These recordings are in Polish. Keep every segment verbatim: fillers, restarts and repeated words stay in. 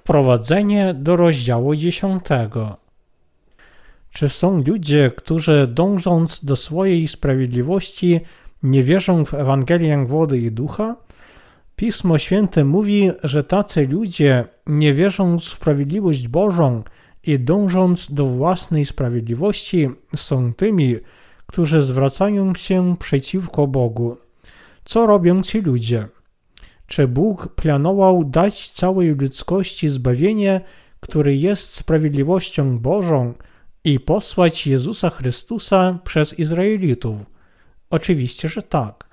Wprowadzenie do rozdziału dziesiątego. Czy są ludzie, którzy dążąc do swojej sprawiedliwości nie wierzą w Ewangelię wody i ducha? Pismo Święte mówi, że tacy ludzie, nie wierząc w sprawiedliwość Bożą i dążąc do własnej sprawiedliwości, są tymi, którzy zwracają się przeciwko Bogu. Co robią ci ludzie? Czy Bóg planował dać całej ludzkości zbawienie, które jest sprawiedliwością Bożą, i posłać Jezusa Chrystusa przez Izraelitów? Oczywiście, że tak.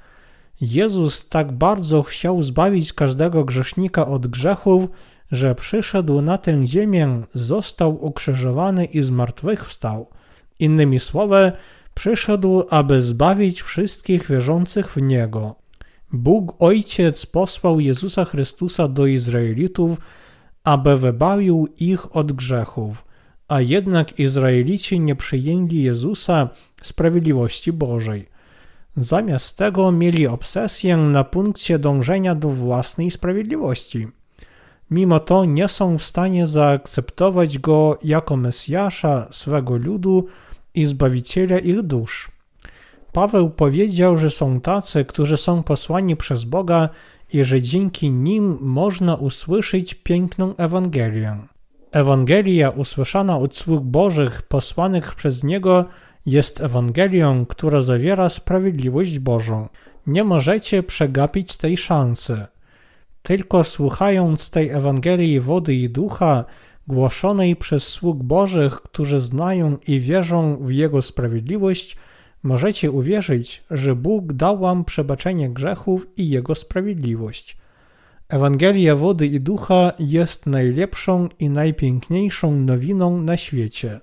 Jezus tak bardzo chciał zbawić każdego grzesznika od grzechów, że przyszedł na tę ziemię, został ukrzyżowany i zmartwychwstał. Innymi słowy, przyszedł, aby zbawić wszystkich wierzących w Niego. Bóg Ojciec posłał Jezusa Chrystusa do Izraelitów, aby wybawił ich od grzechów, a jednak Izraelici nie przyjęli Jezusa, sprawiedliwości Bożej. Zamiast tego mieli obsesję na punkcie dążenia do własnej sprawiedliwości. Mimo to nie są w stanie zaakceptować Go jako Mesjasza swego ludu i Zbawiciela ich dusz. Paweł powiedział, że są tacy, którzy są posłani przez Boga i że dzięki nim można usłyszeć piękną Ewangelię. Ewangelia usłyszana od sług Bożych posłanych przez Niego jest Ewangelią, która zawiera sprawiedliwość Bożą. Nie możecie przegapić tej szansy. Tylko słuchając tej Ewangelii wody i ducha, głoszonej przez sług Bożych, którzy znają i wierzą w Jego sprawiedliwość, możecie uwierzyć, że Bóg dał wam przebaczenie grzechów i Jego sprawiedliwość. Ewangelia wody i ducha jest najlepszą i najpiękniejszą nowiną na świecie.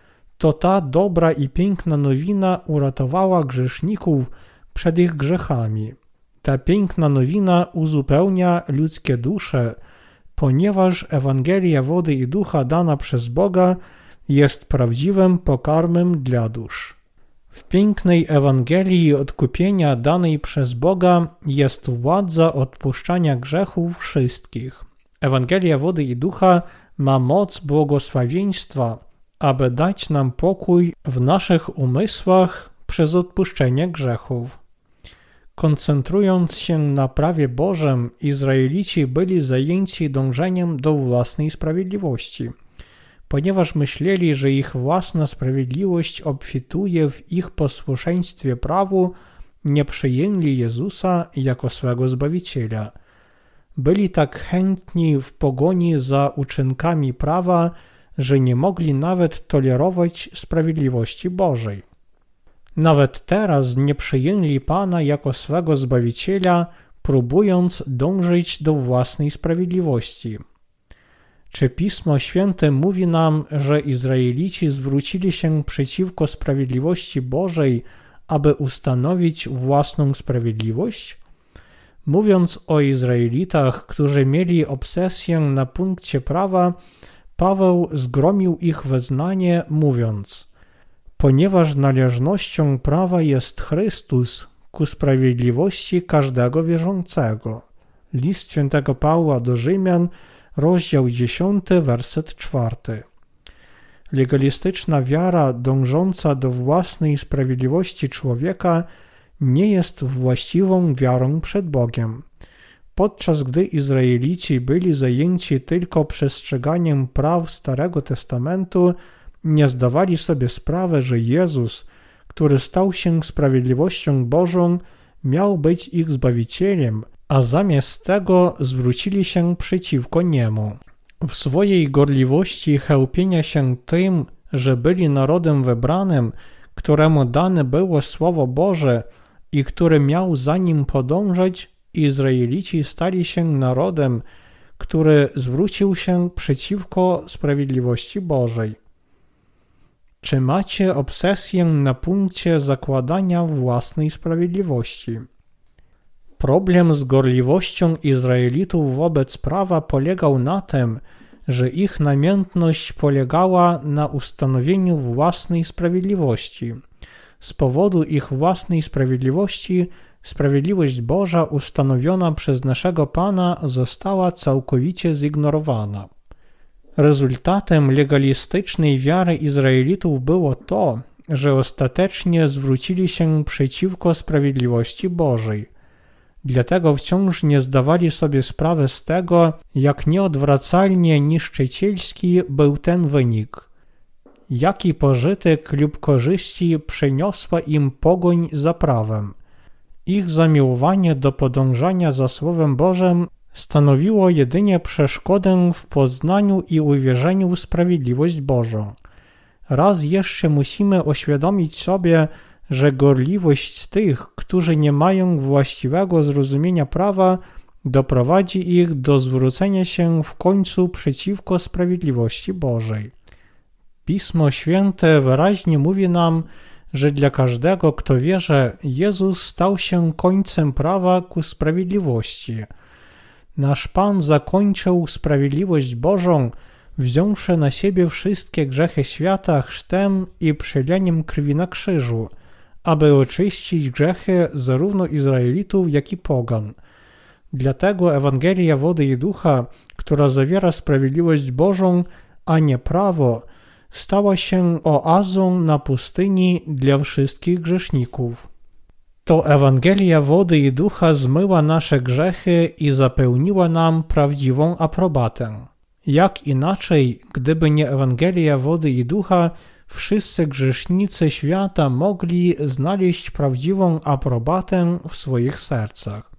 To ta dobra i piękna nowina uratowała grzeszników przed ich grzechami. Ta piękna nowina uzupełnia ludzkie dusze, ponieważ Ewangelia wody i ducha dana przez Boga jest prawdziwym pokarmem dla dusz. W pięknej Ewangelii odkupienia danej przez Boga jest władza odpuszczania grzechów wszystkich. Ewangelia wody i ducha ma moc błogosławieństwa, aby dać nam pokój w naszych umysłach przez odpuszczenie grzechów. Koncentrując się na prawie Bożym, Izraelici byli zajęci dążeniem do własnej sprawiedliwości. Ponieważ myśleli, że ich własna sprawiedliwość obfituje w ich posłuszeństwie prawu, nie przyjęli Jezusa jako swego Zbawiciela. Byli tak chętni w pogoni za uczynkami prawa, że nie mogli nawet tolerować sprawiedliwości Bożej. Nawet teraz nie przyjęli Pana jako swego Zbawiciela, próbując dążyć do własnej sprawiedliwości. Czy Pismo Święte mówi nam, że Izraelici zwrócili się przeciwko sprawiedliwości Bożej, aby ustanowić własną sprawiedliwość? Mówiąc o Izraelitach, którzy mieli obsesję na punkcie prawa, Paweł zgromił ich wyznanie, mówiąc: ponieważ należnością prawa jest Chrystus ku sprawiedliwości każdego wierzącego. List świętego Pawła do Rzymian, rozdział dziesiąty, werset czwarty. Legalistyczna wiara dążąca do własnej sprawiedliwości człowieka nie jest właściwą wiarą przed Bogiem. Podczas gdy Izraelici byli zajęci tylko przestrzeganiem praw Starego Testamentu, nie zdawali sobie sprawy, że Jezus, który stał się sprawiedliwością Bożą, miał być ich Zbawicielem, a zamiast tego zwrócili się przeciwko Niemu. W swojej gorliwości chełpienia się tym, że byli narodem wybranym, któremu dane było Słowo Boże i który miał za nim podążać, Izraelici stali się narodem, który zwrócił się przeciwko sprawiedliwości Bożej. Czy macie obsesję na punkcie zakładania własnej sprawiedliwości? Problem z gorliwością Izraelitów wobec prawa polegał na tym, że ich namiętność polegała na ustanowieniu własnej sprawiedliwości. Z powodu ich własnej sprawiedliwości sprawiedliwość Boża ustanowiona przez naszego Pana została całkowicie zignorowana. Rezultatem legalistycznej wiary Izraelitów było to, że ostatecznie zwrócili się przeciwko sprawiedliwości Bożej. Dlatego wciąż nie zdawali sobie sprawy z tego, jak nieodwracalnie niszczycielski był ten wynik. Jaki pożytek lub korzyści przyniosła im pogoń za prawem. Ich zamiłowanie do podążania za Słowem Bożym stanowiło jedynie przeszkodę w poznaniu i uwierzeniu w sprawiedliwość Bożą. Raz jeszcze musimy uświadomić sobie, że gorliwość tych, którzy nie mają właściwego zrozumienia prawa, doprowadzi ich do zwrócenia się w końcu przeciwko sprawiedliwości Bożej. Pismo Święte wyraźnie mówi nam, że dla każdego, kto wierzy, Jezus stał się końcem prawa ku sprawiedliwości. Nasz Pan zakończył sprawiedliwość Bożą, wziąwszy na siebie wszystkie grzechy świata chrztem i przeleniem krwi na krzyżu, aby oczyścić grzechy zarówno Izraelitów, jak i pogan. Dlatego Ewangelia Wody i Ducha, która zawiera sprawiedliwość Bożą, a nie prawo, stała się oazą na pustyni dla wszystkich grzeszników. To Ewangelia Wody i Ducha zmyła nasze grzechy i zapełniła nam prawdziwą aprobatę. Jak inaczej, gdyby nie Ewangelia Wody i Ducha, wszyscy grzesznicy świata mogli znaleźć prawdziwą aprobatę w swoich sercach.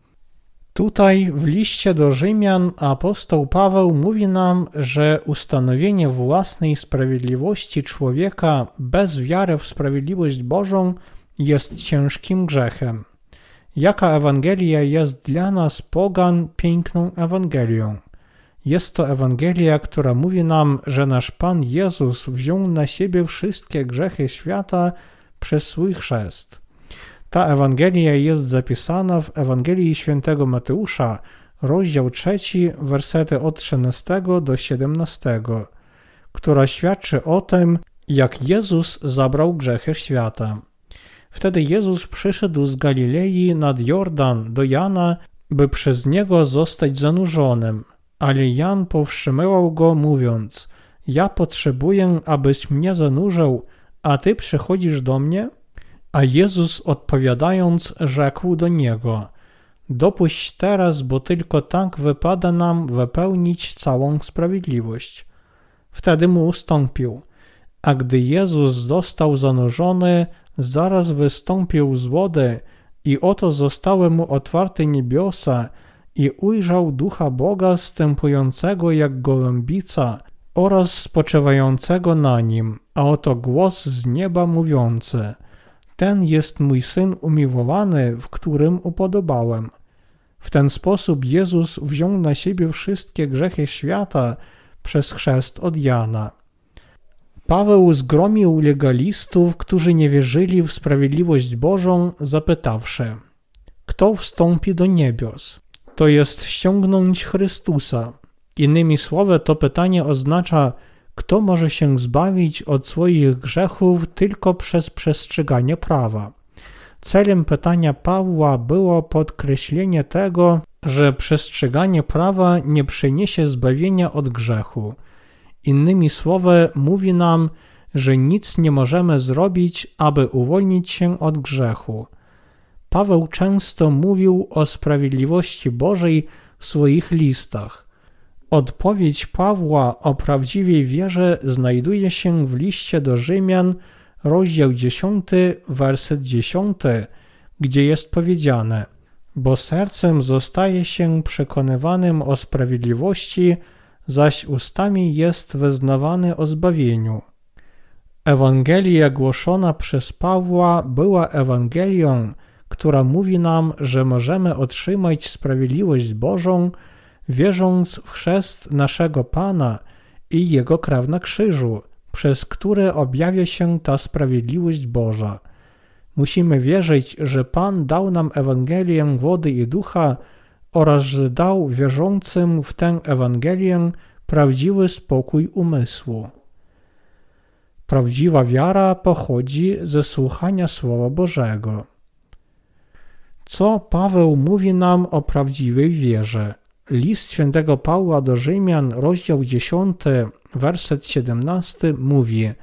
Tutaj w liście do Rzymian apostoł Paweł mówi nam, że ustanowienie własnej sprawiedliwości człowieka bez wiary w sprawiedliwość Bożą jest ciężkim grzechem. Jaka Ewangelia jest dla nas pogan piękną Ewangelią? Jest to Ewangelia, która mówi nam, że nasz Pan Jezus wziął na siebie wszystkie grzechy świata przez swój chrzest. Ta Ewangelia jest zapisana w Ewangelii Świętego Mateusza, rozdział trzeci, wersety od trzynastego do siedemnastego, która świadczy o tym, jak Jezus zabrał grzechy świata. Wtedy Jezus przyszedł z Galilei nad Jordan do Jana, by przez niego zostać zanurzonym. Ale Jan powstrzymywał go, mówiąc: ja potrzebuję, abyś mnie zanurzył, a ty przychodzisz do mnie? A Jezus odpowiadając, rzekł do niego: dopuść teraz, bo tylko tak wypada nam wypełnić całą sprawiedliwość. Wtedy mu ustąpił. A gdy Jezus został zanurzony, zaraz wystąpił z wody i oto zostały mu otwarte niebiosa i ujrzał Ducha Boga zstępującego jak gołębica oraz spoczywającego na nim, a oto głos z nieba mówiący: ten jest mój Syn umiłowany, w którym upodobałem. W ten sposób Jezus wziął na siebie wszystkie grzechy świata przez chrzest od Jana. Paweł zgromił legalistów, którzy nie wierzyli w sprawiedliwość Bożą, zapytawszy: kto wstąpi do niebios? To jest ściągnąć Chrystusa. Innymi słowy, to pytanie oznacza, kto może się zbawić od swoich grzechów tylko przez przestrzeganie prawa. Celem pytania Pawła było podkreślenie tego, że przestrzeganie prawa nie przyniesie zbawienia od grzechu. Innymi słowy, mówi nam, że nic nie możemy zrobić, aby uwolnić się od grzechu. Paweł często mówił o sprawiedliwości Bożej w swoich listach. Odpowiedź Pawła o prawdziwej wierze znajduje się w liście do Rzymian, rozdział dziesiąty, werset dziesiąty, gdzie jest powiedziane: bo sercem zostaje się przekonywanym o sprawiedliwości, zaś ustami jest wyznawany o zbawieniu. Ewangelia głoszona przez Pawła była Ewangelią, która mówi nam, że możemy otrzymać sprawiedliwość Bożą, wierząc w chrzest naszego Pana i Jego krew na krzyżu, przez który objawia się ta sprawiedliwość Boża. Musimy wierzyć, że Pan dał nam Ewangelię Wody i Ducha oraz że dał wierzącym w tę Ewangelię prawdziwy spokój umysłu. Prawdziwa wiara pochodzi ze słuchania Słowa Bożego. Co Paweł mówi nam o prawdziwej wierze? List świętego Pawła do Rzymian, rozdział dziesiąty, werset siedemnasty mówi: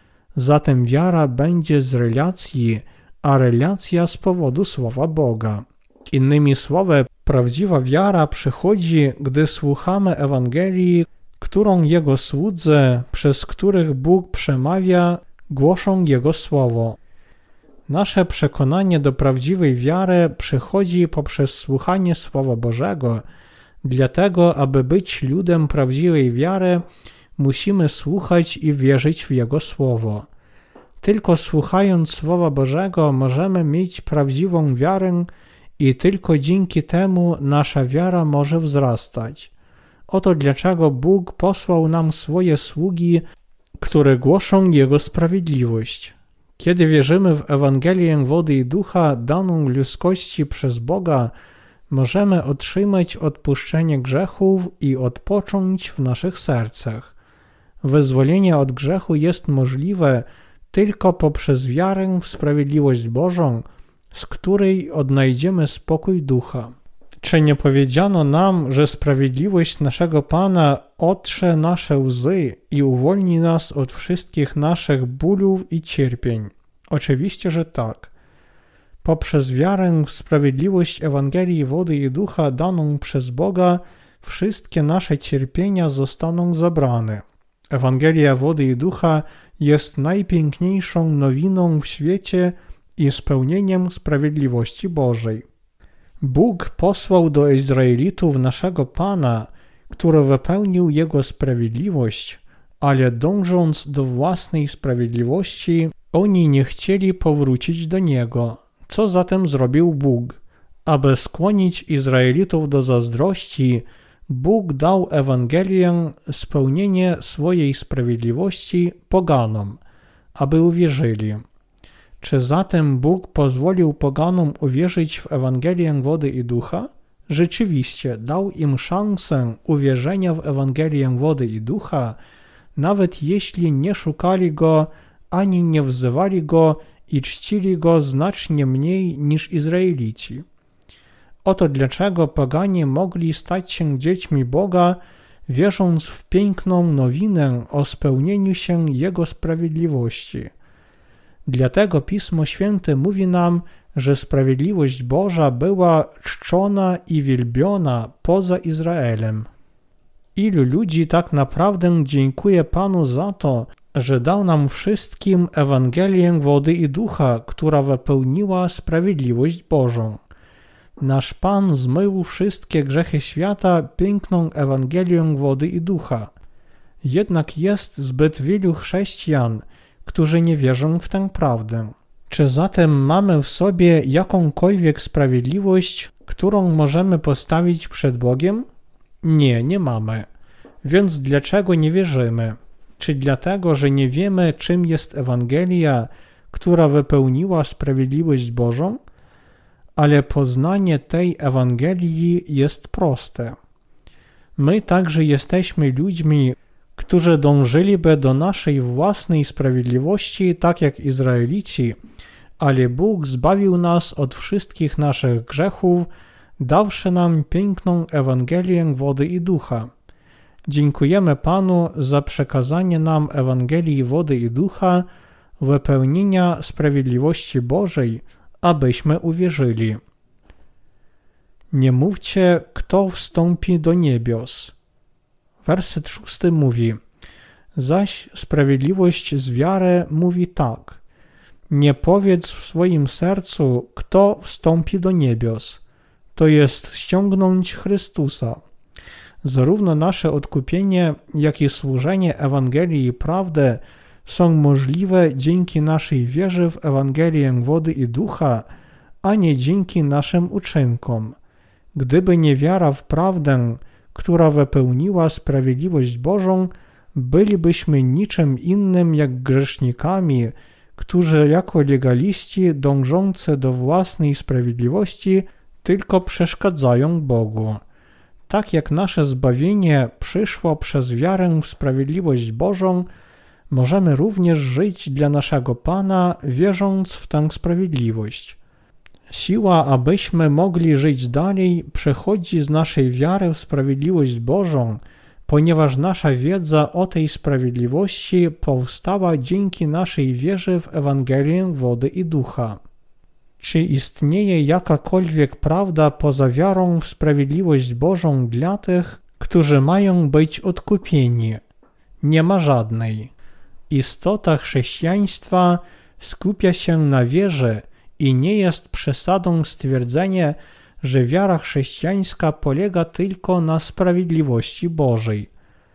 zatem wiara będzie z relacji, a relacja z powodu słowa Boga. Innymi słowy, prawdziwa wiara przychodzi, gdy słuchamy Ewangelii, którą Jego słudzy, przez których Bóg przemawia, głoszą Jego słowo. Nasze przekonanie do prawdziwej wiary przychodzi poprzez słuchanie Słowa Bożego. Dlatego, aby być ludem prawdziwej wiary, musimy słuchać i wierzyć w Jego Słowo. Tylko słuchając Słowa Bożego możemy mieć prawdziwą wiarę i tylko dzięki temu nasza wiara może wzrastać. Oto dlaczego Bóg posłał nam swoje sługi, które głoszą Jego sprawiedliwość. Kiedy wierzymy w Ewangelię wody i ducha daną ludzkości przez Boga, możemy otrzymać odpuszczenie grzechów i odpocząć w naszych sercach. Wyzwolenie od grzechu jest możliwe tylko poprzez wiarę w sprawiedliwość Bożą, z której odnajdziemy spokój ducha. Czy nie powiedziano nam, że sprawiedliwość naszego Pana otrze nasze łzy i uwolni nas od wszystkich naszych bólów i cierpień? Oczywiście, że tak. Poprzez wiarę w sprawiedliwość Ewangelii wody i ducha daną przez Boga wszystkie nasze cierpienia zostaną zabrane. Ewangelia wody i ducha jest najpiękniejszą nowiną w świecie i spełnieniem sprawiedliwości Bożej. Bóg posłał do Izraelitów naszego Pana, który wypełnił Jego sprawiedliwość, ale dążąc do własnej sprawiedliwości, oni nie chcieli powrócić do Niego. Co zatem zrobił Bóg? Aby skłonić Izraelitów do zazdrości, Bóg dał Ewangelię, spełnienie swojej sprawiedliwości poganom, aby uwierzyli. Czy zatem Bóg pozwolił poganom uwierzyć w Ewangelię wody i ducha? Rzeczywiście dał im szansę uwierzenia w Ewangelię wody i ducha, nawet jeśli nie szukali Go, ani nie wzywali Go i czcili Go znacznie mniej niż Izraelici. Oto dlaczego poganie mogli stać się dziećmi Boga, wierząc w piękną nowinę o spełnieniu się Jego sprawiedliwości. Dlatego Pismo Święte mówi nam, że sprawiedliwość Boża była czczona i wielbiona poza Izraelem. Ilu ludzi tak naprawdę dziękuje Panu za to, że dał nam wszystkim Ewangelię wody i ducha, która wypełniła sprawiedliwość Bożą. Nasz Pan zmył wszystkie grzechy świata piękną Ewangelią wody i ducha. Jednak jest zbyt wielu chrześcijan, którzy nie wierzą w tę prawdę. Czy zatem mamy w sobie jakąkolwiek sprawiedliwość, którą możemy postawić przed Bogiem? Nie, nie mamy. Więc dlaczego nie wierzymy? Czy dlatego, że nie wiemy, czym jest Ewangelia, która wypełniła sprawiedliwość Bożą? Ale poznanie tej Ewangelii jest proste. My także jesteśmy ludźmi, którzy dążyliby do naszej własnej sprawiedliwości, tak jak Izraelici, ale Bóg zbawił nas od wszystkich naszych grzechów, dawszy nam piękną Ewangelię wody i ducha. Dziękujemy Panu za przekazanie nam Ewangelii wody i ducha, wypełnienia sprawiedliwości Bożej, abyśmy uwierzyli. Nie mówcie, kto wstąpi do niebios. Werset szósty mówi: zaś sprawiedliwość z wiary mówi tak: nie powiedz w swoim sercu, kto wstąpi do niebios, to jest ściągnąć Chrystusa. Zarówno nasze odkupienie, jak i służenie Ewangelii i prawdy są możliwe dzięki naszej wierze w Ewangelię wody i ducha, a nie dzięki naszym uczynkom. Gdyby nie wiara w prawdę, która wypełniła sprawiedliwość Bożą, bylibyśmy niczym innym jak grzesznikami, którzy jako legaliści dążący do własnej sprawiedliwości tylko przeszkadzają Bogu. Tak jak nasze zbawienie przyszło przez wiarę w sprawiedliwość Bożą, możemy również żyć dla naszego Pana, wierząc w tę sprawiedliwość. Siła, abyśmy mogli żyć dalej, przychodzi z naszej wiary w sprawiedliwość Bożą, ponieważ nasza wiedza o tej sprawiedliwości powstała dzięki naszej wierze w Ewangelię wody i ducha. Czy istnieje jakakolwiek prawda poza wiarą w sprawiedliwość Bożą dla tych, którzy mają być odkupieni? Nie ma żadnej. Istota chrześcijaństwa skupia się na wierze i nie jest przesadą stwierdzenie, że wiara chrześcijańska polega tylko na sprawiedliwości Bożej.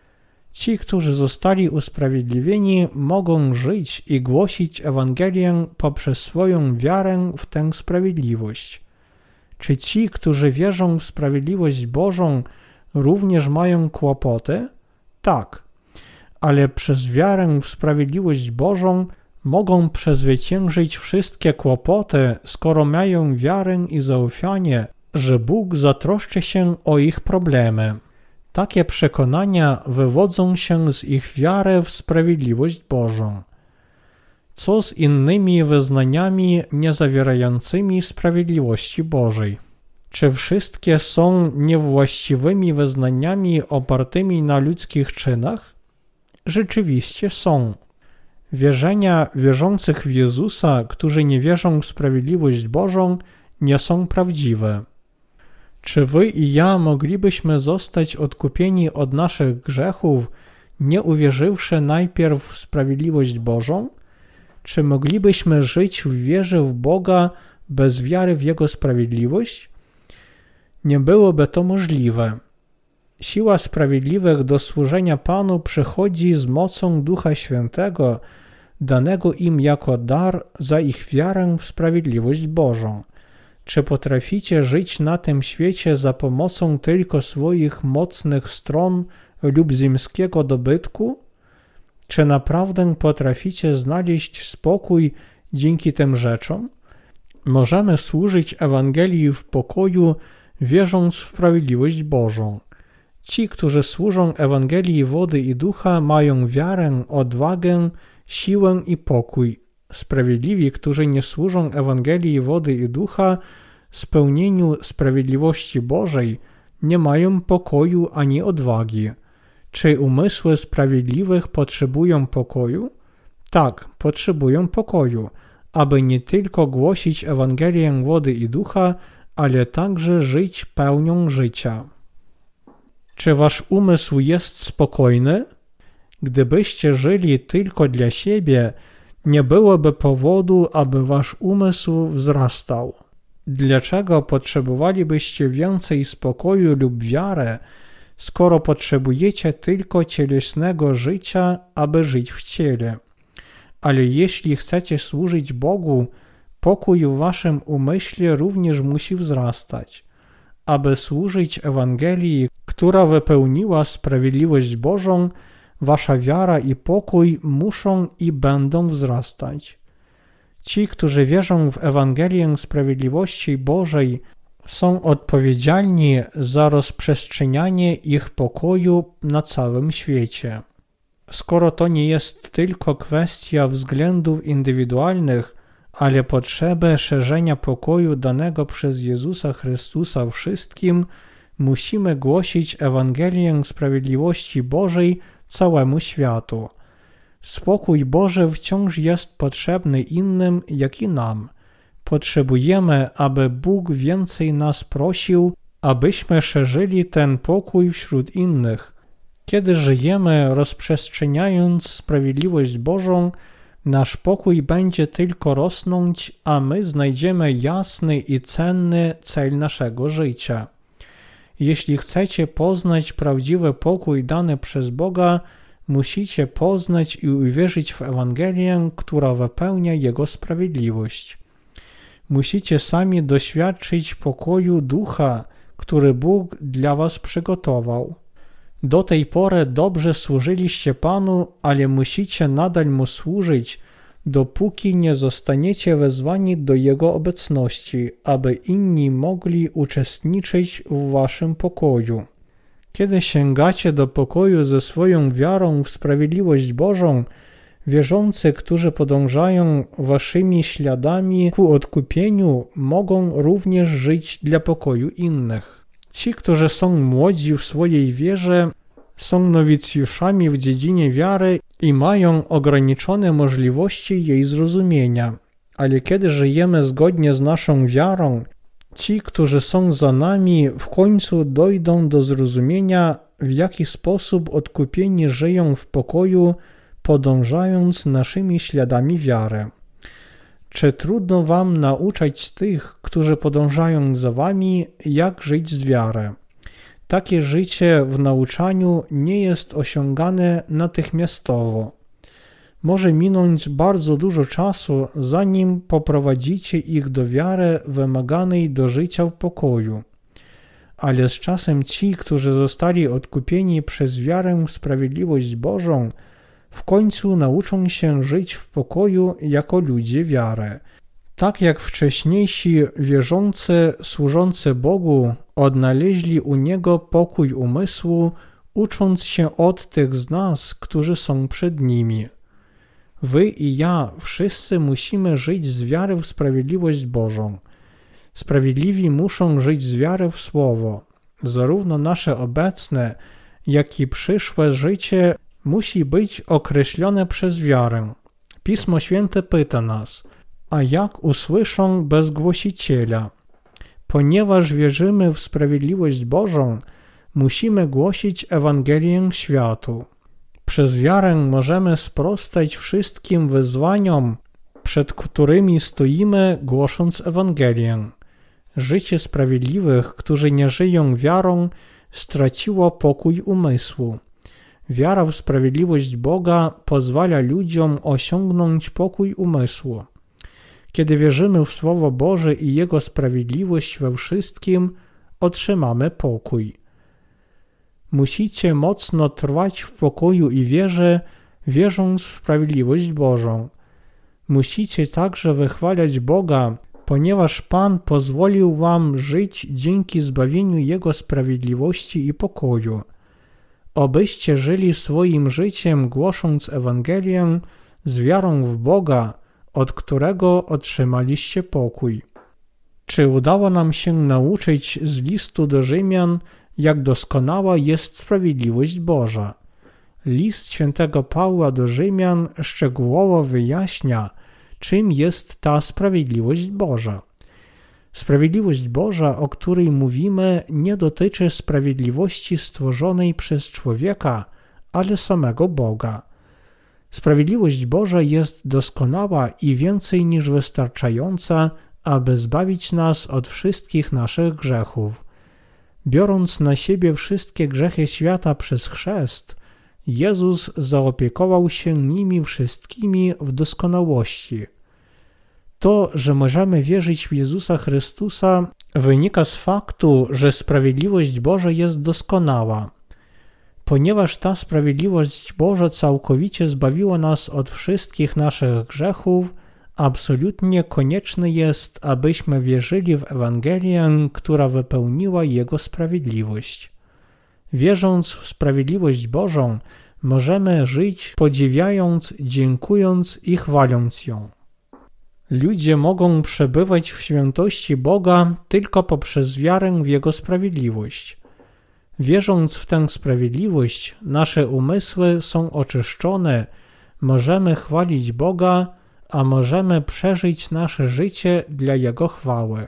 Ci, którzy zostali usprawiedliwieni, mogą żyć i głosić Ewangelię poprzez swoją wiarę w tę sprawiedliwość. Czy ci, którzy wierzą w sprawiedliwość Bożą, również mają kłopoty? Tak, ale przez wiarę w sprawiedliwość Bożą mogą przezwyciężyć wszystkie kłopoty, skoro mają wiarę i zaufanie, że Bóg zatroszczy się o ich problemy. Takie przekonania wywodzą się z ich wiary w sprawiedliwość Bożą. Co z innymi wyznaniami niezawierającymi sprawiedliwości Bożej? Czy wszystkie są niewłaściwymi wyznaniami opartymi na ludzkich czynach? Rzeczywiście są. Wierzenia wierzących w Jezusa, którzy nie wierzą w sprawiedliwość Bożą, nie są prawdziwe. Czy wy i ja moglibyśmy zostać odkupieni od naszych grzechów, nie uwierzywszy najpierw w sprawiedliwość Bożą? Czy moglibyśmy żyć w wierze w Boga bez wiary w Jego sprawiedliwość? Nie byłoby to możliwe. Siła sprawiedliwych do służenia Panu przychodzi z mocą Ducha Świętego, danego im jako dar za ich wiarę w sprawiedliwość Bożą. Czy potraficie żyć na tym świecie za pomocą tylko swoich mocnych stron lub ziemskiego dobytku? Czy naprawdę potraficie znaleźć spokój dzięki tym rzeczom? Możemy służyć Ewangelii w pokoju, wierząc w sprawiedliwość Bożą. Ci, którzy służą Ewangelii wody i ducha, mają wiarę, odwagę, siłę i pokój. Sprawiedliwi, którzy nie służą Ewangelii wody i ducha, spełnieniu sprawiedliwości Bożej, nie mają pokoju ani odwagi. Czy umysły sprawiedliwych potrzebują pokoju? Tak, potrzebują pokoju, aby nie tylko głosić Ewangelię wody i ducha, ale także żyć pełnią życia. Czy wasz umysł jest spokojny? Gdybyście żyli tylko dla siebie, nie byłoby powodu, aby wasz umysł wzrastał. Dlaczego potrzebowalibyście więcej spokoju lub wiary, skoro potrzebujecie tylko cielesnego życia, aby żyć w ciele? Ale jeśli chcecie służyć Bogu, pokój w waszym umyśle również musi wzrastać. Aby służyć Ewangelii, która wypełniła sprawiedliwość Bożą, wasza wiara i pokój muszą i będą wzrastać. Ci, którzy wierzą w Ewangelię sprawiedliwości Bożej, są odpowiedzialni za rozprzestrzenianie ich pokoju na całym świecie. Skoro to nie jest tylko kwestia względów indywidualnych, ale potrzeby szerzenia pokoju danego przez Jezusa Chrystusa wszystkim, musimy głosić Ewangelię sprawiedliwości Bożej całemu światu. Spokój Boży wciąż jest potrzebny innym, jak i nam. Potrzebujemy, aby Bóg więcej nas prosił, abyśmy szerzyli ten pokój wśród innych. Kiedy żyjemy, rozprzestrzeniając sprawiedliwość Bożą, nasz pokój będzie tylko rosnąć, a my znajdziemy jasny i cenny cel naszego życia. Jeśli chcecie poznać prawdziwy pokój dany przez Boga, musicie poznać i uwierzyć w Ewangelię, która wypełnia Jego sprawiedliwość. Musicie sami doświadczyć pokoju ducha, który Bóg dla was przygotował. Do tej pory dobrze służyliście Panu, ale musicie nadal Mu służyć, dopóki nie zostaniecie wezwani do Jego obecności, aby inni mogli uczestniczyć w waszym pokoju. Kiedy sięgacie do pokoju ze swoją wiarą w sprawiedliwość Bożą, wierzący, którzy podążają waszymi śladami ku odkupieniu, mogą również żyć dla pokoju innych. Ci, którzy są młodzi w swojej wierze, są nowicjuszami w dziedzinie wiary i mają ograniczone możliwości jej zrozumienia. Ale kiedy żyjemy zgodnie z naszą wiarą, ci, którzy są za nami, w końcu dojdą do zrozumienia, w jaki sposób odkupieni żyją w pokoju, podążając naszymi śladami wiary. Czy trudno wam nauczać tych, którzy podążają za wami, jak żyć z wiary? Takie życie w nauczaniu nie jest osiągane natychmiastowo. Może minąć bardzo dużo czasu, zanim poprowadzicie ich do wiary wymaganej do życia w pokoju. Ale z czasem ci, którzy zostali odkupieni przez wiarę w sprawiedliwość Bożą, w końcu nauczą się żyć w pokoju jako ludzie wiary. Tak jak wcześniejsi wierzący służący Bogu odnaleźli u Niego pokój umysłu, ucząc się od tych z nas, którzy są przed nimi. Wy i ja wszyscy musimy żyć z wiary w sprawiedliwość Bożą. Sprawiedliwi muszą żyć z wiary w Słowo. Zarówno nasze obecne, jak i przyszłe życie musi być określone przez wiarę. Pismo Święte pyta nas, a jak usłyszą bez głosiciela? Ponieważ wierzymy w sprawiedliwość Bożą, musimy głosić Ewangelię światu. Przez wiarę możemy sprostać wszystkim wyzwaniom, przed którymi stoimy, głosząc Ewangelię. Życie sprawiedliwych, którzy nie żyją wiarą, straciło pokój umysłu. Wiara w sprawiedliwość Boga pozwala ludziom osiągnąć pokój umysłu. Kiedy wierzymy w Słowo Boże i Jego sprawiedliwość we wszystkim, otrzymamy pokój. Musicie mocno trwać w pokoju i wierze, wierząc w sprawiedliwość Bożą. Musicie także wychwalać Boga, ponieważ Pan pozwolił wam żyć dzięki zbawieniu Jego sprawiedliwości i pokoju. Obyście żyli swoim życiem, głosząc Ewangelię z wiarą w Boga, od którego otrzymaliście pokój. Czy udało nam się nauczyć z listu do Rzymian, jak doskonała jest sprawiedliwość Boża? List świętego Pawła do Rzymian szczegółowo wyjaśnia, czym jest ta sprawiedliwość Boża. Sprawiedliwość Boża, o której mówimy, nie dotyczy sprawiedliwości stworzonej przez człowieka, ale samego Boga. Sprawiedliwość Boża jest doskonała i więcej niż wystarczająca, aby zbawić nas od wszystkich naszych grzechów. Biorąc na siebie wszystkie grzechy świata przez chrzest, Jezus zaopiekował się nimi wszystkimi w doskonałości. To, że możemy wierzyć w Jezusa Chrystusa, wynika z faktu, że sprawiedliwość Boża jest doskonała. Ponieważ ta sprawiedliwość Boża całkowicie zbawiła nas od wszystkich naszych grzechów, absolutnie konieczne jest, abyśmy wierzyli w Ewangelię, która wypełniła Jego sprawiedliwość. Wierząc w sprawiedliwość Bożą, możemy żyć podziwiając, dziękując i chwaląc ją. Ludzie mogą przebywać w świętości Boga tylko poprzez wiarę w Jego sprawiedliwość. Wierząc w tę sprawiedliwość, nasze umysły są oczyszczone, możemy chwalić Boga, a możemy przeżyć nasze życie dla Jego chwały.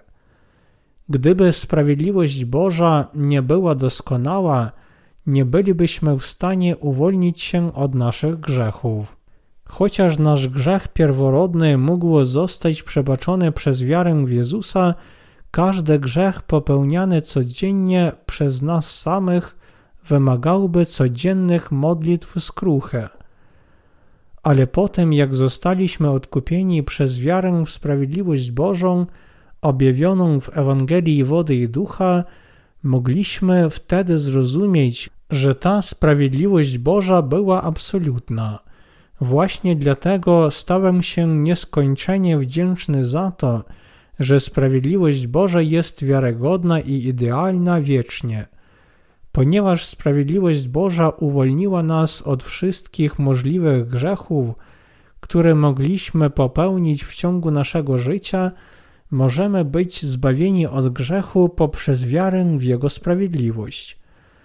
Gdyby sprawiedliwość Boża nie była doskonała, nie bylibyśmy w stanie uwolnić się od naszych grzechów. Chociaż nasz grzech pierworodny mógł zostać przebaczony przez wiarę w Jezusa, każdy grzech popełniany codziennie przez nas samych wymagałby codziennych modlitw skruchy. Ale po tym, jak zostaliśmy odkupieni przez wiarę w sprawiedliwość Bożą, objawioną w Ewangelii wody i ducha, mogliśmy wtedy zrozumieć, że ta sprawiedliwość Boża była absolutna. Właśnie dlatego stałem się nieskończenie wdzięczny za to, że sprawiedliwość Boża jest wiarygodna i idealna wiecznie. Ponieważ sprawiedliwość Boża uwolniła nas od wszystkich możliwych grzechów, które mogliśmy popełnić w ciągu naszego życia, możemy być zbawieni od grzechu poprzez wiarę w Jego sprawiedliwość.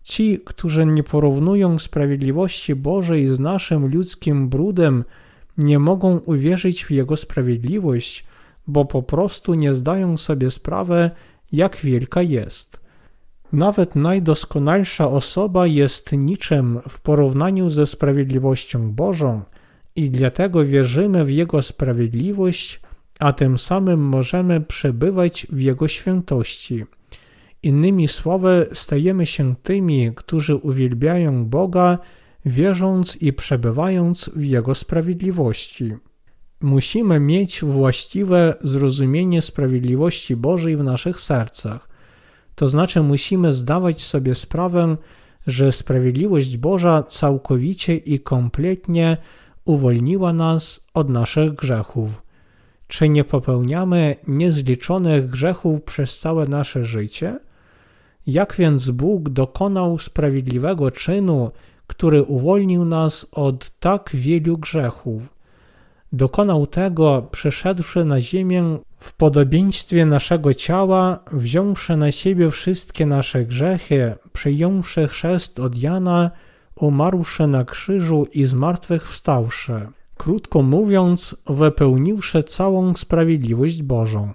Ci, którzy nie porównują sprawiedliwości Bożej z naszym ludzkim brudem, nie mogą uwierzyć w Jego sprawiedliwość, bo po prostu nie zdają sobie sprawy, jak wielka jest. Nawet najdoskonalsza osoba jest niczym w porównaniu ze sprawiedliwością Bożą i dlatego wierzymy w Jego sprawiedliwość, a tym samym możemy przebywać w Jego świętości. Innymi słowy, stajemy się tymi, którzy uwielbiają Boga, wierząc i przebywając w Jego sprawiedliwości. Musimy mieć właściwe zrozumienie sprawiedliwości Bożej w naszych sercach. To znaczy musimy zdawać sobie sprawę, że sprawiedliwość Boża całkowicie i kompletnie uwolniła nas od naszych grzechów. Czy nie popełniamy niezliczonych grzechów przez całe nasze życie? Jak więc Bóg dokonał sprawiedliwego czynu, który uwolnił nas od tak wielu grzechów? Dokonał tego, przyszedłszy na ziemię w podobieństwie naszego ciała, wziąwszy na siebie wszystkie nasze grzechy, przyjąwszy chrzest od Jana, umarłszy na krzyżu i zmartwychwstałszy. Krótko mówiąc, wypełniwszy całą sprawiedliwość Bożą.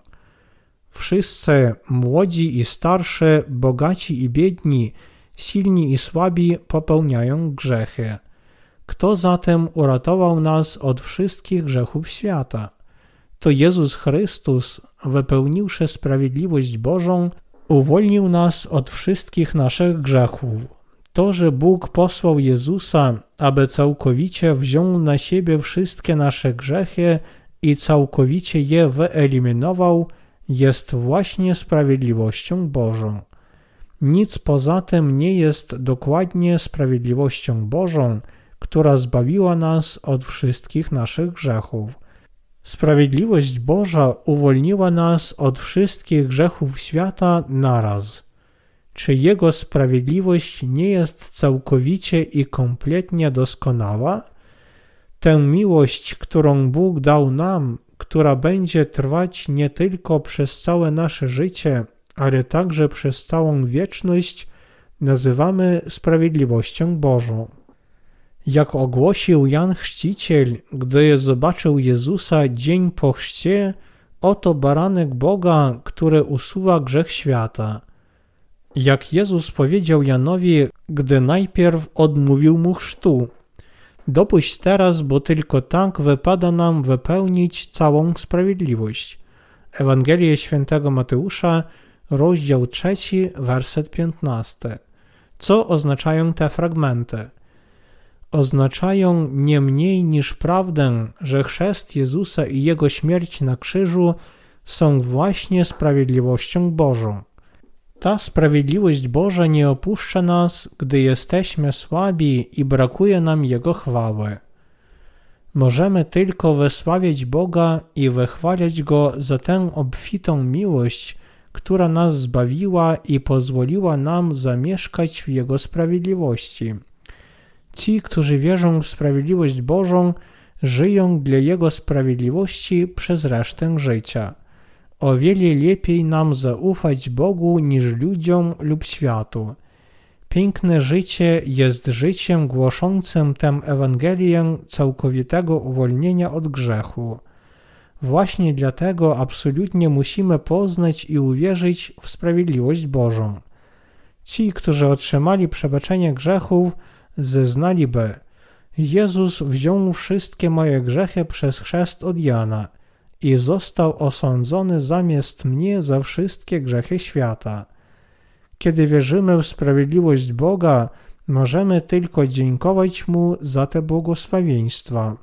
Wszyscy, młodzi i starszy, bogaci i biedni, silni i słabi, popełniają grzechy. Kto zatem uratował nas od wszystkich grzechów świata? To Jezus Chrystus, wypełniwszy sprawiedliwość Bożą, uwolnił nas od wszystkich naszych grzechów. To, że Bóg posłał Jezusa, aby całkowicie wziął na siebie wszystkie nasze grzechy i całkowicie je wyeliminował, jest właśnie sprawiedliwością Bożą. Nic poza tym nie jest dokładnie sprawiedliwością Bożą, która zbawiła nas od wszystkich naszych grzechów. Sprawiedliwość Boża uwolniła nas od wszystkich grzechów świata naraz. Czy Jego sprawiedliwość nie jest całkowicie i kompletnie doskonała? Tę miłość, którą Bóg dał nam, która będzie trwać nie tylko przez całe nasze życie, ale także przez całą wieczność, nazywamy sprawiedliwością Bożą. Jak ogłosił Jan Chrzciciel, gdy zobaczył Jezusa dzień po chrzcie, oto baranek Boga, który usuwa grzech świata. Jak Jezus powiedział Janowi, gdy najpierw odmówił mu chrztu: dopuść teraz, bo tylko tak wypada nam wypełnić całą sprawiedliwość. Ewangelia Świętego Mateusza, rozdział trzeci, werset piętnasty. Co oznaczają te fragmenty? Oznaczają nie mniej niż prawdę, że chrzest Jezusa i Jego śmierć na krzyżu są właśnie sprawiedliwością Bożą. Ta sprawiedliwość Boża nie opuszcza nas, gdy jesteśmy słabi i brakuje nam Jego chwały. Możemy tylko wysławiać Boga i wychwalać Go za tę obfitą miłość, która nas zbawiła i pozwoliła nam zamieszkać w Jego sprawiedliwości. Ci, którzy wierzą w sprawiedliwość Bożą, żyją dla Jego sprawiedliwości przez resztę życia. O wiele lepiej nam zaufać Bogu niż ludziom lub światu. Piękne życie jest życiem głoszącym tę Ewangelię całkowitego uwolnienia od grzechu. Właśnie dlatego absolutnie musimy poznać i uwierzyć w sprawiedliwość Bożą. Ci, którzy otrzymali przebaczenie grzechów, zeznaliby: Jezus wziął wszystkie moje grzechy przez chrzest od Jana i został osądzony zamiast mnie za wszystkie grzechy świata. Kiedy wierzymy w sprawiedliwość Boga, możemy tylko dziękować Mu za te błogosławieństwa.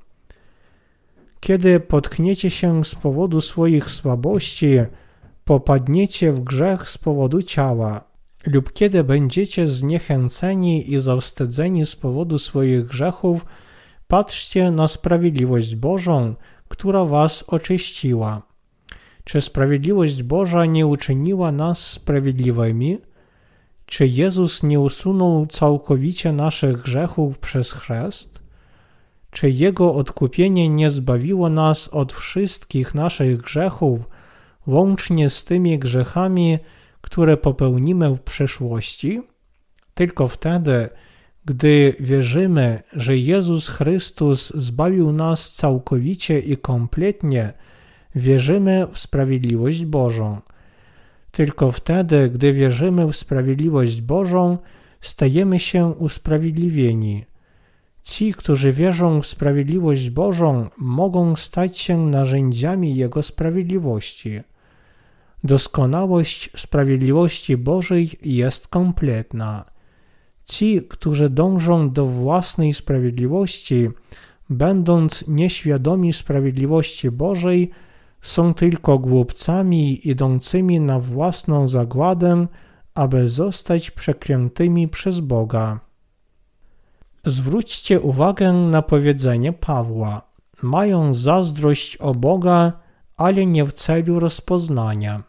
Kiedy potkniecie się z powodu swoich słabości, popadniecie w grzech z powodu ciała, lub kiedy będziecie zniechęceni i zawstydzeni z powodu swoich grzechów, patrzcie na sprawiedliwość Bożą, która was oczyściła. Czy sprawiedliwość Boża nie uczyniła nas sprawiedliwymi? Czy Jezus nie usunął całkowicie naszych grzechów przez chrzest? Czy Jego odkupienie nie zbawiło nas od wszystkich naszych grzechów, łącznie z tymi grzechami, które popełnimy w przyszłości? tylko wtedy, gdy wierzymy, że Jezus Chrystus zbawił nas całkowicie i kompletnie, wierzymy w sprawiedliwość Bożą. Tylko wtedy, gdy wierzymy w sprawiedliwość Bożą, stajemy się usprawiedliwieni. Ci, którzy wierzą w sprawiedliwość Bożą, mogą stać się narzędziami Jego sprawiedliwości. Doskonałość sprawiedliwości Bożej jest kompletna. Ci, którzy dążą do własnej sprawiedliwości, będąc nieświadomi sprawiedliwości Bożej, są tylko głupcami idącymi na własną zagładę, aby zostać przeklętymi przez Boga. Zwróćcie uwagę na powiedzenie Pawła: mają zazdrość o Boga, ale nie w celu rozpoznania.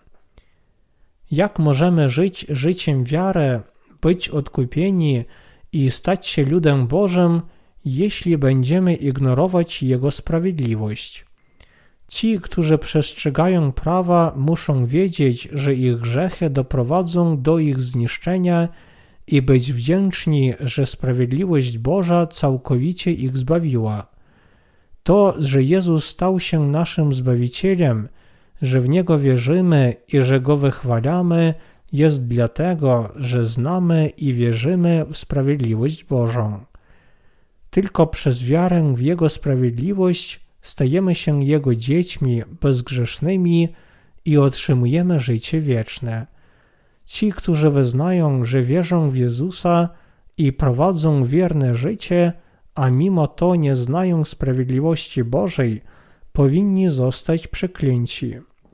Jak możemy żyć życiem wiary, być odkupieni i stać się ludem Bożym, jeśli będziemy ignorować Jego sprawiedliwość? Ci, którzy przestrzegają prawa, muszą wiedzieć, że ich grzechy doprowadzą do ich zniszczenia i być wdzięczni, że sprawiedliwość Boża całkowicie ich zbawiła. To, że Jezus stał się naszym Zbawicielem, że w Niego wierzymy i że Go wychwalamy, jest dlatego, że znamy i wierzymy w sprawiedliwość Bożą. Tylko przez wiarę w Jego sprawiedliwość stajemy się Jego dziećmi bezgrzesznymi i otrzymujemy życie wieczne. Ci, którzy wyznają, że wierzą w Jezusa i prowadzą wierne życie, a mimo to nie znają sprawiedliwości Bożej, powinni zostać przeklęci.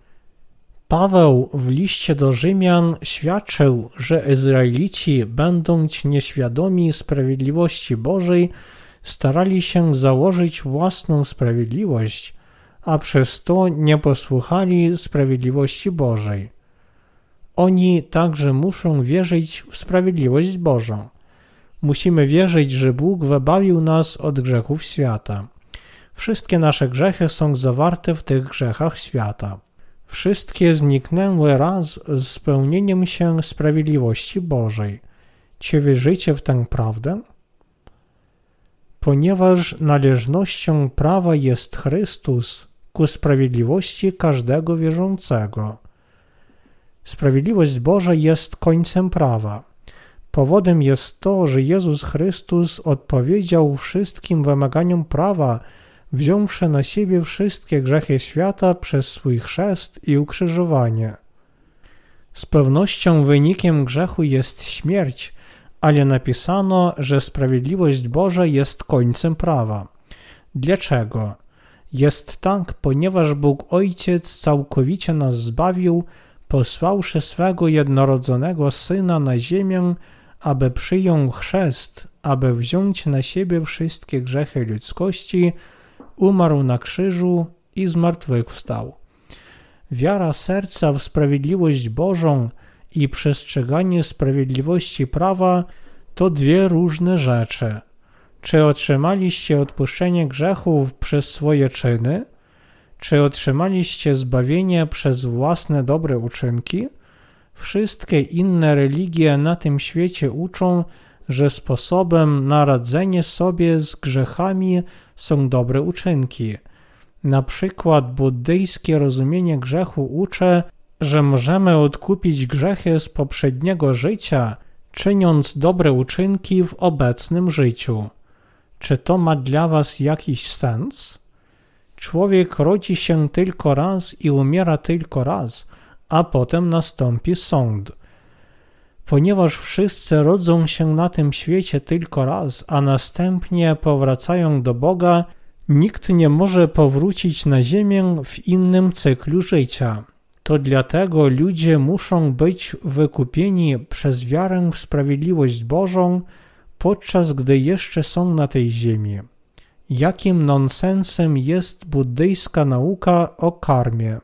Paweł w liście do Rzymian świadczył, że Izraelici, będąc nieświadomi sprawiedliwości Bożej, starali się założyć własną sprawiedliwość, a przez to nie posłuchali sprawiedliwości Bożej. Oni także muszą wierzyć w sprawiedliwość Bożą. Musimy wierzyć, że Bóg wybawił nas od grzechów świata. Wszystkie nasze grzechy są zawarte w tych grzechach świata. Wszystkie zniknęły raz z spełnieniem się sprawiedliwości Bożej. Czy wierzycie w tę prawdę? Ponieważ należnością prawa jest Chrystus ku sprawiedliwości każdego wierzącego. Sprawiedliwość Boża jest końcem prawa. Powodem jest to, że Jezus Chrystus odpowiedział wszystkim wymaganiom prawa, wziąwszy na siebie wszystkie grzechy świata przez swój chrzest i ukrzyżowanie. Z pewnością wynikiem grzechu jest śmierć, ale napisano, że sprawiedliwość Boża jest końcem prawa. Dlaczego? Jest tak, ponieważ Bóg Ojciec całkowicie nas zbawił, posławszy swego jednorodzonego Syna na ziemię, aby przyjął chrzest, aby wziąć na siebie wszystkie grzechy ludzkości, umarł na krzyżu i zmartwychwstał. Wiara serca w sprawiedliwość Bożą i przestrzeganie sprawiedliwości prawa to dwie różne rzeczy. Czy otrzymaliście odpuszczenie grzechów przez swoje czyny? Czy otrzymaliście zbawienie przez własne dobre uczynki? Wszystkie inne religie na tym świecie uczą, że sposobem na radzenie sobie z grzechami są dobre uczynki. Na przykład buddyjskie rozumienie grzechu uczy, że możemy odkupić grzechy z poprzedniego życia, czyniąc dobre uczynki w obecnym życiu. Czy to ma dla was jakiś sens? Człowiek rodzi się tylko raz i umiera tylko raz, a potem nastąpi sąd. Ponieważ wszyscy rodzą się na tym świecie tylko raz, a następnie powracają do Boga, nikt nie może powrócić na ziemię w innym cyklu życia. To dlatego ludzie muszą być wykupieni przez wiarę w sprawiedliwość Bożą, podczas gdy jeszcze są na tej ziemi. Jakim nonsensem jest buddyjska nauka o karmie?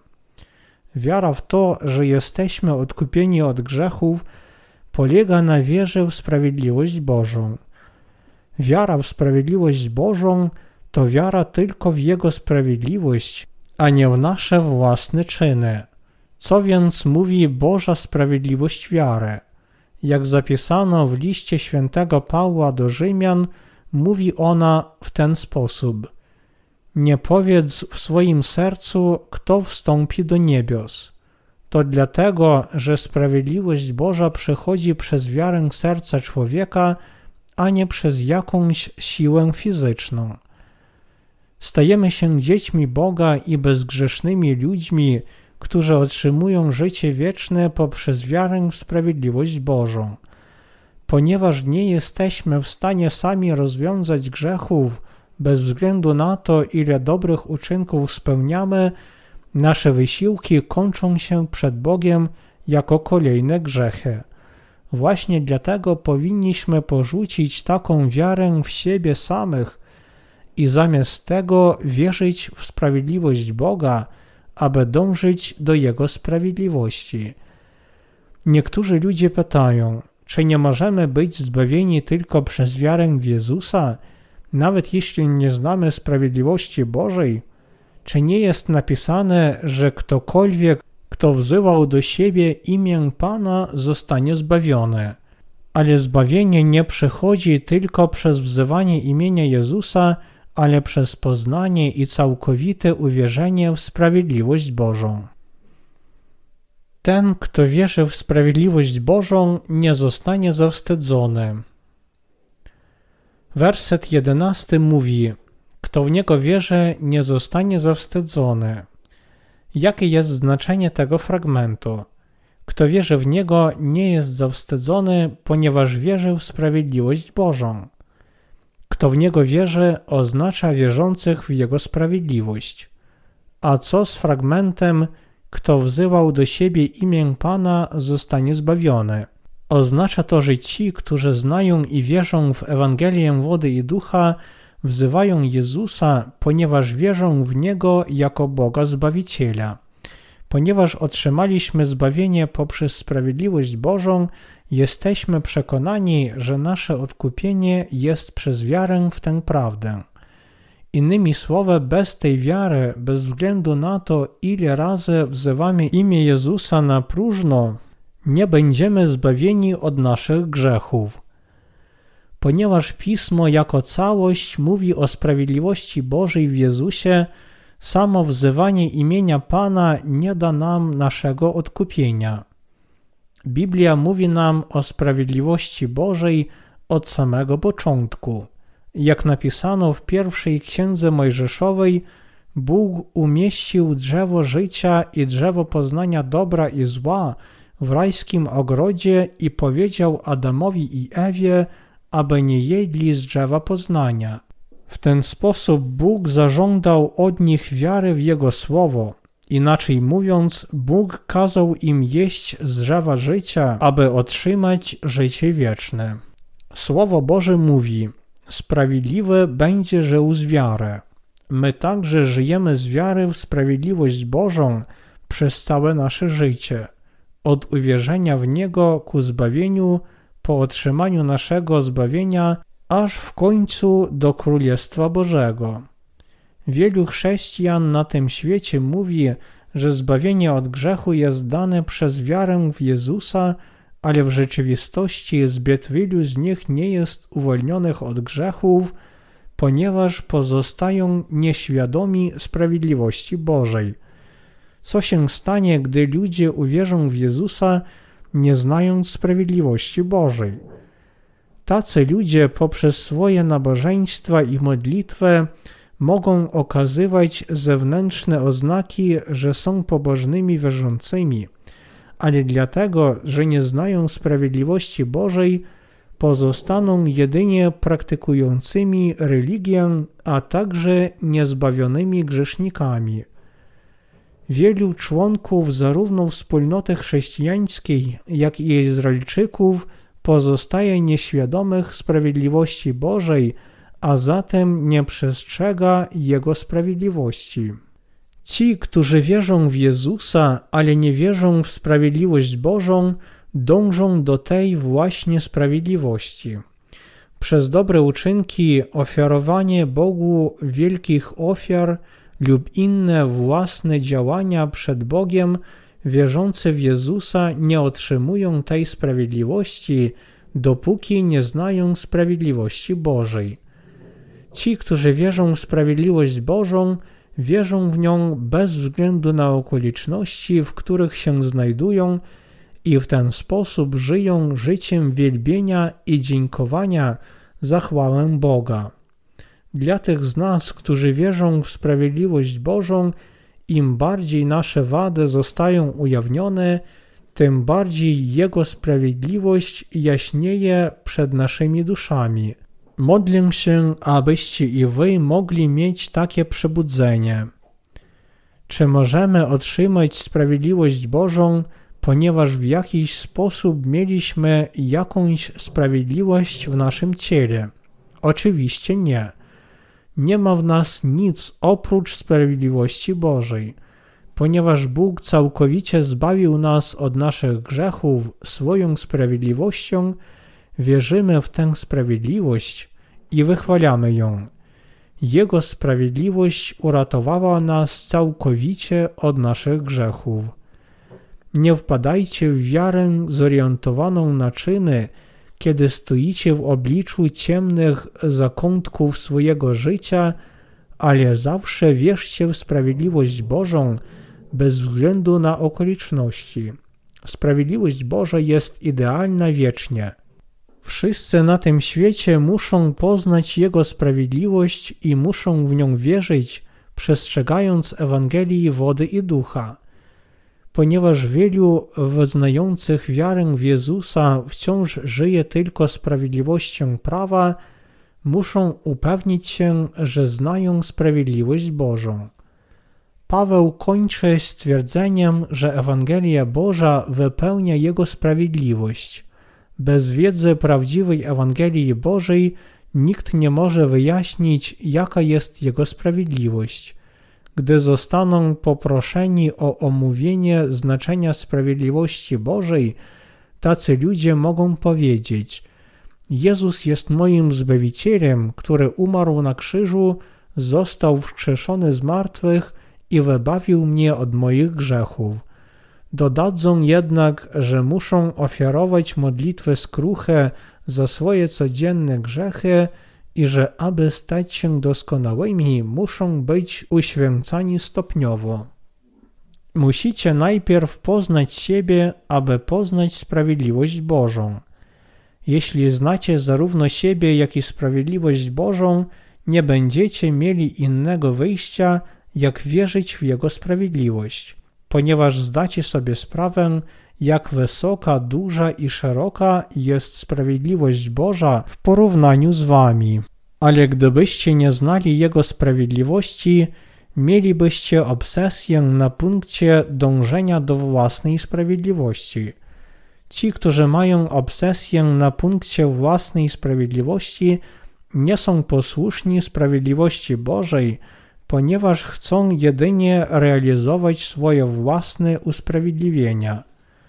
Wiara w to, że jesteśmy odkupieni od grzechów, polega na wierze w sprawiedliwość Bożą. Wiara w sprawiedliwość Bożą to wiara tylko w Jego sprawiedliwość, a nie w nasze własne czyny. Co więc mówi Boża sprawiedliwość wiary? Jak zapisano w liście świętego Pawła do Rzymian, mówi ona w ten sposób: nie powiedz w swoim sercu, kto wstąpi do niebios. To dlatego, że sprawiedliwość Boża przychodzi przez wiarę serca człowieka, a nie przez jakąś siłę fizyczną. Stajemy się dziećmi Boga i bezgrzesznymi ludźmi, którzy otrzymują życie wieczne poprzez wiarę w sprawiedliwość Bożą. Ponieważ nie jesteśmy w stanie sami rozwiązać grzechów, bez względu na to, ile dobrych uczynków spełniamy, nasze wysiłki kończą się przed Bogiem jako kolejne grzechy. Właśnie dlatego powinniśmy porzucić taką wiarę w siebie samych i zamiast tego wierzyć w sprawiedliwość Boga, aby dążyć do Jego sprawiedliwości. Niektórzy ludzie pytają, czy nie możemy być zbawieni tylko przez wiarę w Jezusa, nawet jeśli nie znamy sprawiedliwości Bożej? Czy nie jest napisane, że ktokolwiek, kto wzywał do siebie imię Pana, zostanie zbawiony? Ale zbawienie nie przychodzi tylko przez wzywanie imienia Jezusa, ale przez poznanie i całkowite uwierzenie w sprawiedliwość Bożą. Ten, kto wierzy w sprawiedliwość Bożą, nie zostanie zawstydzony. Werset jedenasty mówi: kto w Niego wierzy, nie zostanie zawstydzony. Jakie jest znaczenie tego fragmentu? Kto wierzy w Niego, nie jest zawstydzony, ponieważ wierzy w sprawiedliwość Bożą. Kto w Niego wierzy, oznacza wierzących w Jego sprawiedliwość. A co z fragmentem: kto wzywał do siebie imię Pana, zostanie zbawiony? Oznacza to, że ci, którzy znają i wierzą w Ewangelię wody i ducha, wzywają Jezusa, ponieważ wierzą w Niego jako Boga Zbawiciela. Ponieważ otrzymaliśmy zbawienie poprzez sprawiedliwość Bożą, jesteśmy przekonani, że nasze odkupienie jest przez wiarę w tę prawdę. Innymi słowy, bez tej wiary, bez względu na to, ile razy wzywamy imię Jezusa na próżno, nie będziemy zbawieni od naszych grzechów. Ponieważ Pismo jako całość mówi o sprawiedliwości Bożej w Jezusie, samo wzywanie imienia Pana nie da nam naszego odkupienia. Biblia mówi nam o sprawiedliwości Bożej od samego początku. Jak napisano w pierwszej Księdze Mojżeszowej, Bóg umieścił drzewo życia i drzewo poznania dobra i zła w rajskim ogrodzie i powiedział Adamowi i Ewie, aby nie jedli z drzewa poznania. W ten sposób Bóg zażądał od nich wiary w Jego słowo. Inaczej mówiąc, Bóg kazał im jeść z drzewa życia, aby otrzymać życie wieczne. Słowo Boże mówi: sprawiedliwy będzie żył z wiary. My także żyjemy z wiary w sprawiedliwość Bożą przez całe nasze życie. Od uwierzenia w Niego ku zbawieniu, po otrzymaniu naszego zbawienia, aż w końcu do Królestwa Bożego. Wielu chrześcijan na tym świecie mówi, że zbawienie od grzechu jest dane przez wiarę w Jezusa, ale w rzeczywistości zbyt wielu z nich nie jest uwolnionych od grzechów, ponieważ pozostają nieświadomi sprawiedliwości Bożej. Co się stanie, gdy ludzie uwierzą w Jezusa, nie znając sprawiedliwości Bożej? Tacy ludzie poprzez swoje nabożeństwa i modlitwę mogą okazywać zewnętrzne oznaki, że są pobożnymi wierzącymi, ale dlatego, że nie znają sprawiedliwości Bożej, pozostaną jedynie praktykującymi religię, a także niezbawionymi grzesznikami. Wielu członków zarówno wspólnoty chrześcijańskiej, jak i Izraelczyków pozostaje nieświadomych sprawiedliwości Bożej, a zatem nie przestrzega Jego sprawiedliwości. Ci, którzy wierzą w Jezusa, ale nie wierzą w sprawiedliwość Bożą, dążą do tej właśnie sprawiedliwości. Przez dobre uczynki, ofiarowanie Bogu wielkich ofiar lub inne własne działania przed Bogiem wierzący w Jezusa nie otrzymują tej sprawiedliwości, dopóki nie znają sprawiedliwości Bożej. Ci, którzy wierzą w sprawiedliwość Bożą, wierzą w nią bez względu na okoliczności, w których się znajdują, i w ten sposób żyją życiem wielbienia i dziękowania za chwałę Boga. Dla tych z nas, którzy wierzą w sprawiedliwość Bożą, im bardziej nasze wady zostają ujawnione, tym bardziej Jego sprawiedliwość jaśnieje przed naszymi duszami. Modlę się, abyście i wy mogli mieć takie przebudzenie. Czy możemy otrzymać sprawiedliwość Bożą, ponieważ w jakiś sposób mieliśmy jakąś sprawiedliwość w naszym ciele? Oczywiście nie. Nie ma w nas nic oprócz sprawiedliwości Bożej. Ponieważ Bóg całkowicie zbawił nas od naszych grzechów swoją sprawiedliwością, wierzymy w tę sprawiedliwość i wychwalamy ją. Jego sprawiedliwość uratowała nas całkowicie od naszych grzechów. Nie wpadajcie w wiarę zorientowaną na czyny, kiedy stoicie w obliczu ciemnych zakątków swojego życia, ale zawsze wierzcie w sprawiedliwość Bożą bez względu na okoliczności. Sprawiedliwość Boża jest idealna wiecznie. Wszyscy na tym świecie muszą poznać Jego sprawiedliwość i muszą w nią wierzyć, przestrzegając Ewangelii wody i ducha. Ponieważ wielu wyznających wiarę w Jezusa wciąż żyje tylko sprawiedliwością prawa, muszą upewnić się, że znają sprawiedliwość Bożą. Paweł kończy stwierdzeniem, że Ewangelia Boża wypełnia Jego sprawiedliwość. Bez wiedzy prawdziwej Ewangelii Bożej nikt nie może wyjaśnić, jaka jest Jego sprawiedliwość. Gdy zostaną poproszeni o omówienie znaczenia sprawiedliwości Bożej, tacy ludzie mogą powiedzieć: Jezus jest moim Zbawicielem, który umarł na krzyżu, został wskrzeszony z martwych i wybawił mnie od moich grzechów. Dodadzą jednak, że muszą ofiarować modlitwy skruche za swoje codzienne grzechy i że aby stać się doskonałymi, muszą być uświęcani stopniowo. Musicie najpierw poznać siebie, aby poznać sprawiedliwość Bożą. Jeśli znacie zarówno siebie, jak i sprawiedliwość Bożą, nie będziecie mieli innego wyjścia, jak wierzyć w Jego sprawiedliwość, ponieważ zdacie sobie sprawę, jak wysoka, duża i szeroka jest sprawiedliwość Boża w porównaniu z wami. Ale gdybyście nie znali Jego sprawiedliwości, mielibyście obsesję na punkcie dążenia do własnej sprawiedliwości. Ci, którzy mają obsesję na punkcie własnej sprawiedliwości, nie są posłuszni sprawiedliwości Bożej, ponieważ chcą jedynie realizować swoje własne usprawiedliwienia.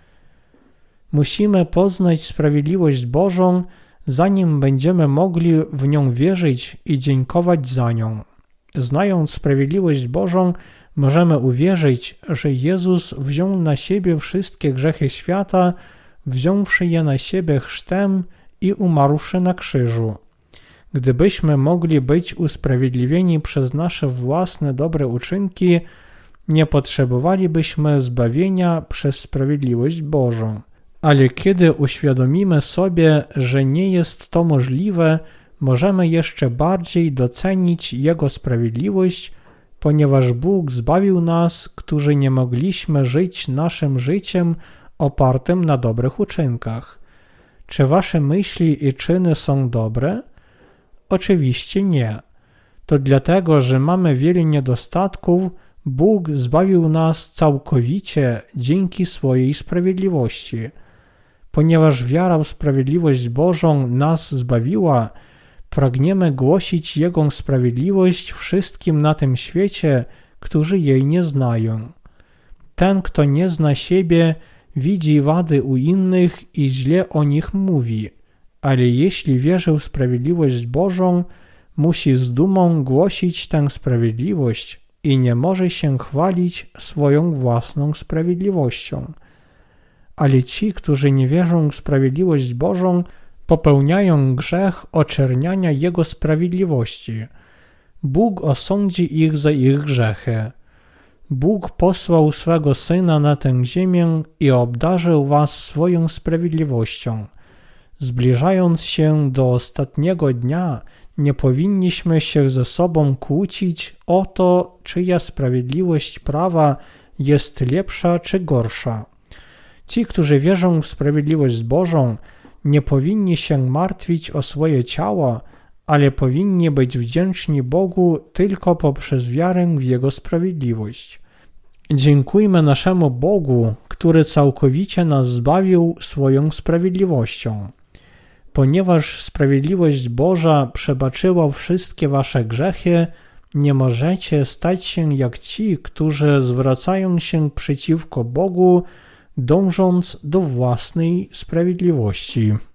Musimy poznać sprawiedliwość Bożą, zanim będziemy mogli w nią wierzyć i dziękować za nią. Znając sprawiedliwość Bożą, możemy uwierzyć, że Jezus wziął na siebie wszystkie grzechy świata, wziąwszy je na siebie chrztem i umarłszy na krzyżu. Gdybyśmy mogli być usprawiedliwieni przez nasze własne dobre uczynki, nie potrzebowalibyśmy zbawienia przez sprawiedliwość Bożą. Ale kiedy uświadomimy sobie, że nie jest to możliwe, możemy jeszcze bardziej docenić Jego sprawiedliwość, ponieważ Bóg zbawił nas, którzy nie mogliśmy żyć naszym życiem opartym na dobrych uczynkach. Czy wasze myśli i czyny są dobre? Oczywiście nie. To dlatego, że mamy wiele niedostatków, Bóg zbawił nas całkowicie dzięki swojej sprawiedliwości. Ponieważ wiara w sprawiedliwość Bożą nas zbawiła, pragniemy głosić Jego sprawiedliwość wszystkim na tym świecie, którzy jej nie znają. Ten, kto nie zna siebie, widzi wady u innych i źle o nich mówi, ale jeśli wierzy w sprawiedliwość Bożą, musi z dumą głosić tę sprawiedliwość, i nie może się chwalić swoją własną sprawiedliwością. Ale ci, którzy nie wierzą w sprawiedliwość Bożą, popełniają grzech oczerniania Jego sprawiedliwości. Bóg osądzi ich za ich grzechy. Bóg posłał swego Syna na tę ziemię i obdarzył was swoją sprawiedliwością. Zbliżając się do ostatniego dnia, nie powinniśmy się ze sobą kłócić o to, czyja sprawiedliwość prawa jest lepsza czy gorsza. Ci, którzy wierzą w sprawiedliwość Bożą, nie powinni się martwić o swoje ciało, ale powinni być wdzięczni Bogu tylko poprzez wiarę w Jego sprawiedliwość. Dziękujmy naszemu Bogu, który całkowicie nas zbawił swoją sprawiedliwością. Ponieważ sprawiedliwość Boża przebaczyła wszystkie wasze grzechy, nie możecie stać się jak ci, którzy zwracają się przeciwko Bogu, dążąc do własnej sprawiedliwości.